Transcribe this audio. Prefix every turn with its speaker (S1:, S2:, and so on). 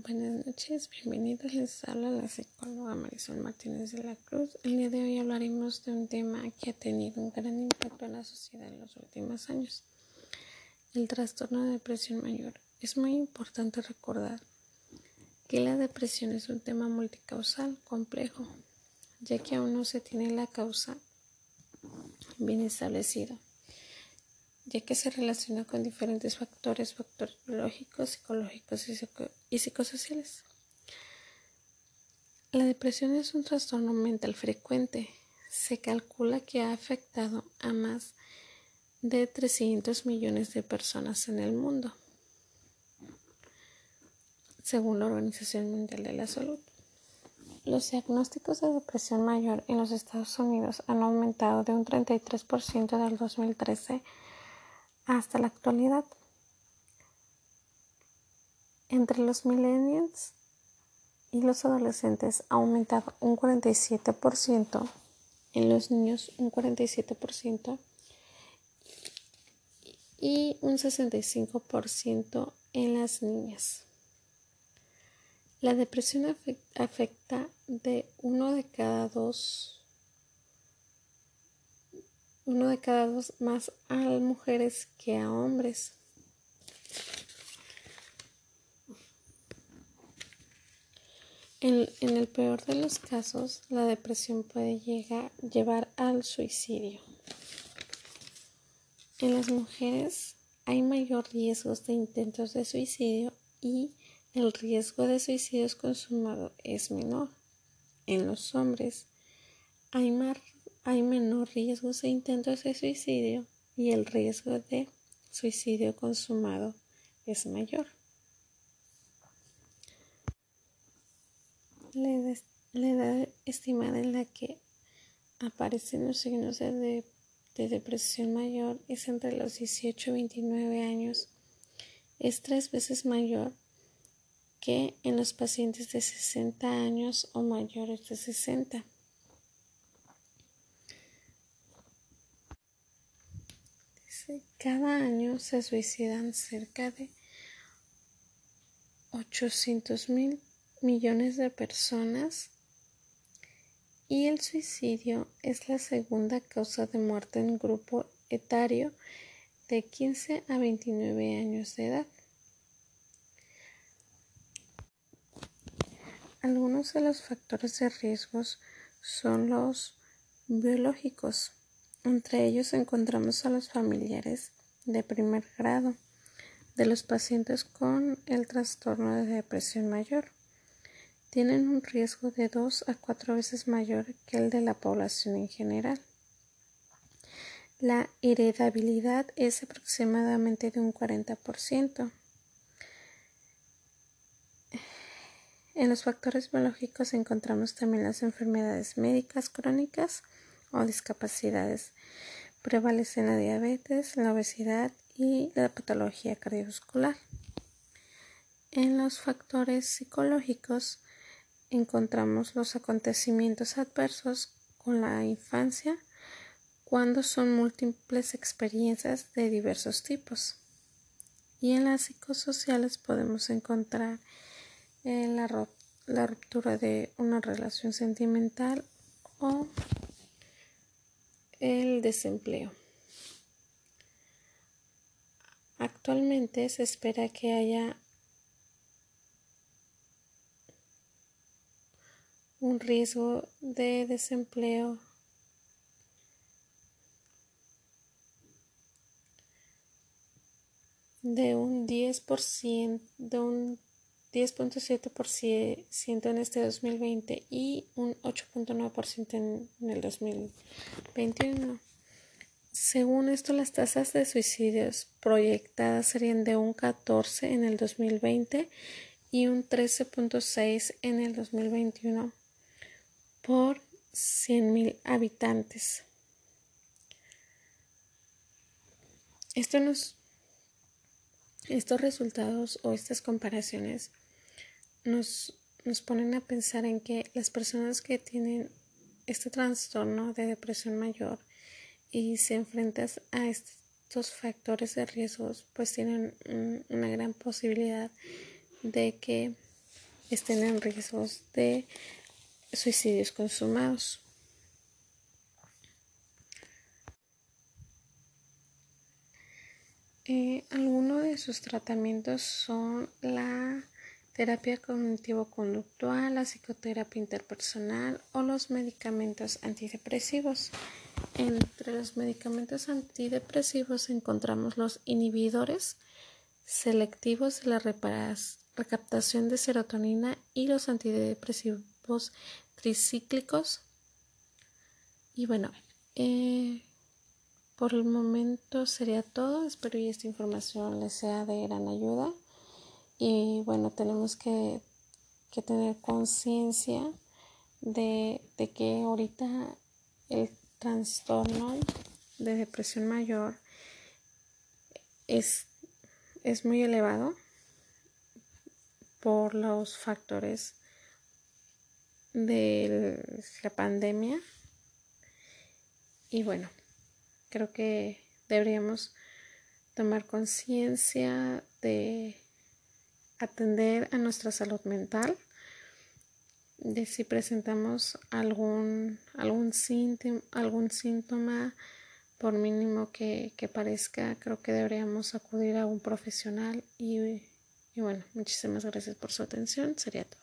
S1: Buenas noches, bienvenidos. Les habla la psicóloga Marisol Martínez de la Cruz. El día de hoy hablaremos de un tema que ha tenido un gran impacto en la sociedad en los últimos años: el trastorno de depresión mayor. Es muy importante recordar que la depresión es un tema multicausal complejo, ya que aún no se tiene la causa bien establecida, ya que se relaciona con diferentes factores biológicos, psicológicos y psicosociales. La depresión es un trastorno mental frecuente. Se calcula que ha afectado a más de 300 millones de personas en el mundo, según la Organización Mundial de la Salud. Los diagnósticos de depresión mayor en los Estados Unidos han aumentado de un 33% del 2013 hasta la actualidad. Entre los millennials y los adolescentes ha aumentado un 47%, en los niños un 47% y un 65% en las niñas. La depresión afecta de uno de cada dos más a mujeres que a hombres. En el peor de los casos, la depresión puede llevar al suicidio. En las mujeres hay mayor riesgo de intentos de suicidio y el riesgo de suicidios consumado es menor. En los hombres hay menor riesgo de intentos de suicidio y el riesgo de suicidio consumado es mayor. La edad estimada en la que aparecen los signos de depresión mayor es entre los 18 y 29 años. Es 3 veces mayor que en los pacientes de 60 años o mayores de 60. Cada año se suicidan cerca de 800.000 millones de personas y el suicidio es la segunda causa de muerte en grupo etario de 15 a 29 años de edad. Algunos de los factores de riesgo son los biológicos. Entre ellos encontramos a los familiares de primer grado de los pacientes con el trastorno de depresión mayor. Tienen un riesgo de 2 a 4 veces mayor que el de la población en general. La heredabilidad es aproximadamente de un 40%. En los factores biológicos encontramos también las enfermedades médicas crónicas o discapacidades. Prevalecen la diabetes, la obesidad y la patología cardiovascular. En los factores psicológicos encontramos los acontecimientos adversos con la infancia cuando son múltiples experiencias de diversos tipos. Y en las psicosociales podemos encontrar la ruptura de una relación sentimental o el desempleo. Actualmente se espera que haya un riesgo de desempleo de un 10.7% en este 2020 y un 8.9% en el 2021. Según esto, las tasas de suicidios proyectadas serían de un 14 en el 2020 y un 13.6 en el 2021 por 100.000 habitantes. Estos resultados o estas comparaciones nos ponen a pensar en que las personas que tienen este trastorno de depresión mayor y se enfrentan a estos factores de riesgos, pues tienen una gran posibilidad de que estén en riesgos de suicidios consumados. Algunos de sus tratamientos son la terapia cognitivo-conductual, la psicoterapia interpersonal o los medicamentos antidepresivos. Entre los medicamentos antidepresivos encontramos los inhibidores selectivos de la recaptación de serotonina y los antidepresivos tricíclicos. Y bueno, por el momento sería todo. Espero que esta información les sea de gran ayuda. Y bueno, tenemos que tener conciencia de que ahorita el trastorno de depresión mayor es muy elevado por los factores de la pandemia. Y bueno, creo que deberíamos tomar conciencia de atender a nuestra salud mental, de si presentamos algún síntoma, por mínimo que parezca, creo que deberíamos acudir a un profesional. Y bueno, muchísimas gracias por su atención. Sería todo.